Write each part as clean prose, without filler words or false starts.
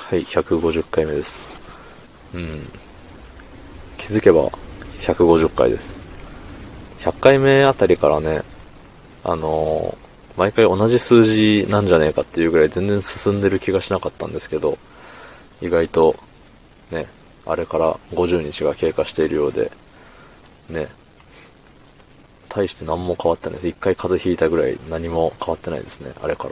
はい、150回目です。気づけば150回です。100回目あたりからね、毎回同じ数字なんじゃねえかっていうぐらい全然進んでる気がしなかったんですけど、意外とね、あれから50日が経過しているようで、ね、大して何も変わってないです。一回風邪ひいたぐらい何も変わってないですね、あれから。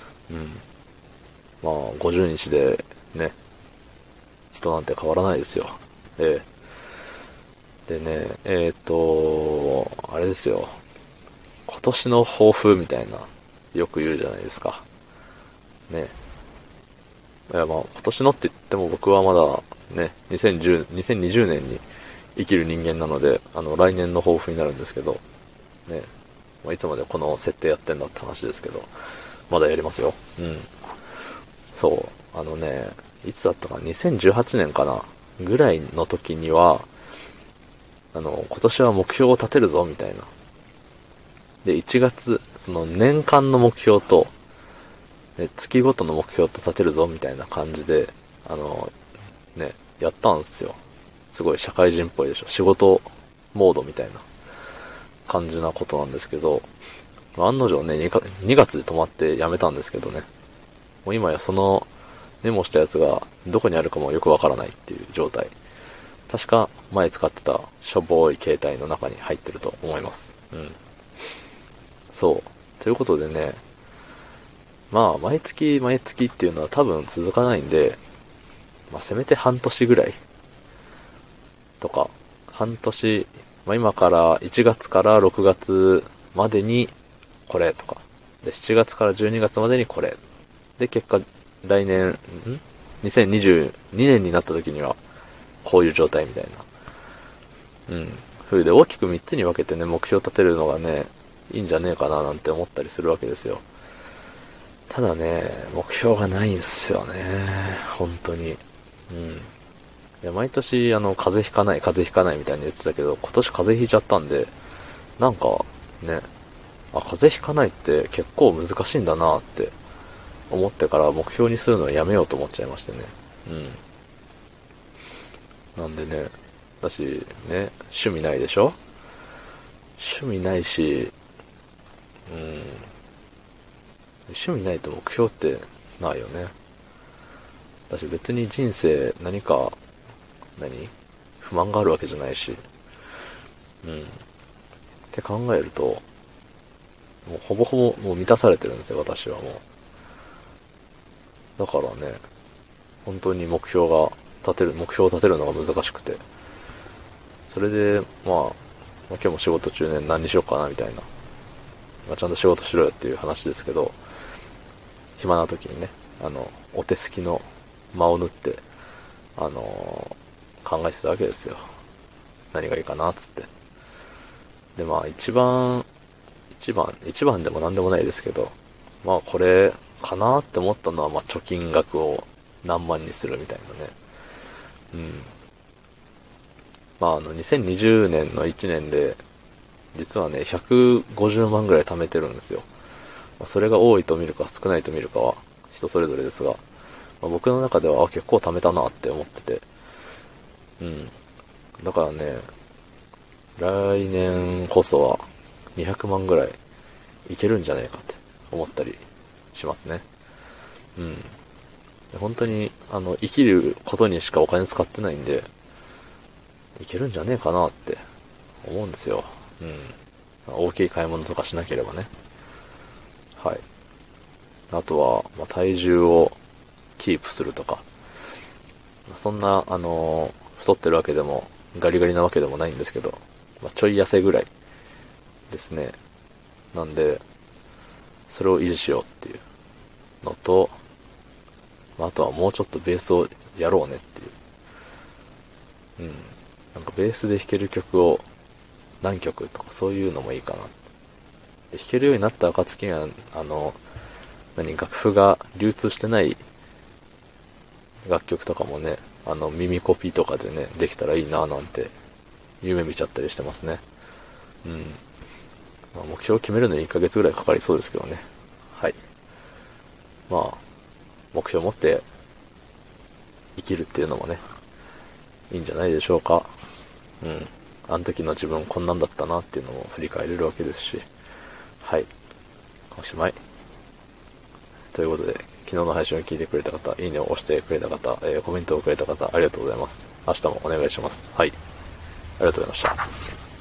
まあ、50日でね、人なんて変わらないですよ。えでね、あれですよ。今年の抱負みたいな、よく言うじゃないですか。ね。いやまあ、今年のって言っても僕はまだね、2020年に生きる人間なので、来年の抱負になるんですけど、ね。まあ、いつまでこの設定やってんだって話ですけど、まだやりますよ。そう。いつだったかな、2018年かな、ぐらいの時には、今年は目標を立てるぞ、みたいな。で、1月、その年間の目標と、月ごとの目標と立てるぞ、みたいな感じで、あの、やったんですよ。すごい社会人っぽいでしょ。仕事モードみたいな感じなことなんですけど、案の定ね、2月で止まってやめたんですけどね。もう今やそのメモしたやつがどこにあるかもよくわからないっていう状態。確か前使ってたしょぼい携帯の中に入ってると思います。そう。ということでね、まあ、毎月毎月っていうのは多分続かないんで、まあ、せめて半年ぐらいとか、半年、まあ、今から1月から6月までにこれとか、で、7月から12月までにこれ。で、結果、来年、2022年になった時には、こういう状態みたいな。それで大きく3つに分けてね、目標立てるのがね、いいんじゃねえかななんて思ったりするわけですよ。ただね、目標がないんすよね。本当に。いや、毎年、風邪ひかない、風邪ひかないみたいに言ってたけど、今年風邪ひいちゃったんで、なんか、ね、風邪ひかないって結構難しいんだなって思ってから目標にするのをやめようと思っちゃいましてね。なんでね、だし、ね、趣味ないでしょ。趣味ないし、趣味ないと目標ってないよね。だし別に人生何か、不満があるわけじゃないし、って考えると、もうほぼほぼもう満たされてるんですよ、私はもう。だからね、本当に目標を立てるのが難しくて。それで、今日も仕事中ね、何にしようかなみたいな。ちゃんと仕事しろよっていう話ですけど、暇な時にね、お手すきの間を縫って、考えてたわけですよ。何がいいかなっつって。で、まあ一番でも何でもないですけど、まあこれかなって思ったのは、まあ貯金額を何万にするみたいなね。まあ2020年の1年で、実はね、150万ぐらい貯めてるんですよ。まあそれが多いと見るか少ないと見るかは人それぞれですが、まあ僕の中では結構貯めたなって思ってて。だからね、来年こそは200万ぐらいいけるんじゃないかって思ったりしますね。本当に、生きることにしかお金使ってないんで、いけるんじゃねえかなって思うんですよ。大きい買い物とかしなければね。はい。あとは、体重をキープするとか。そんな、太ってるわけでも、ガリガリなわけでもないんですけど、ちょい痩せぐらいですね。なんで、それを維持しようっていうのと、あとはもうちょっとベースをやろうねっていう。なんかベースで弾ける曲を何曲とかそういうのもいいかな。で弾けるようになった暁には、楽譜が流通してない楽曲とかもね、耳コピーとかでね、できたらいいなぁなんて、夢見ちゃったりしてますね。目標を決めるのに1ヶ月ぐらいかかりそうですけどね。はい。まあ、目標を持って生きるっていうのもね、いいんじゃないでしょうか。うん。あの時の自分こんなんだったなっていうのも振り返れるわけですし。はい。おしまい。ということで、昨日の配信を聞いてくれた方、いいねを押してくれた方、コメントをくれた方、ありがとうございます。明日もお願いします。はい。ありがとうございました。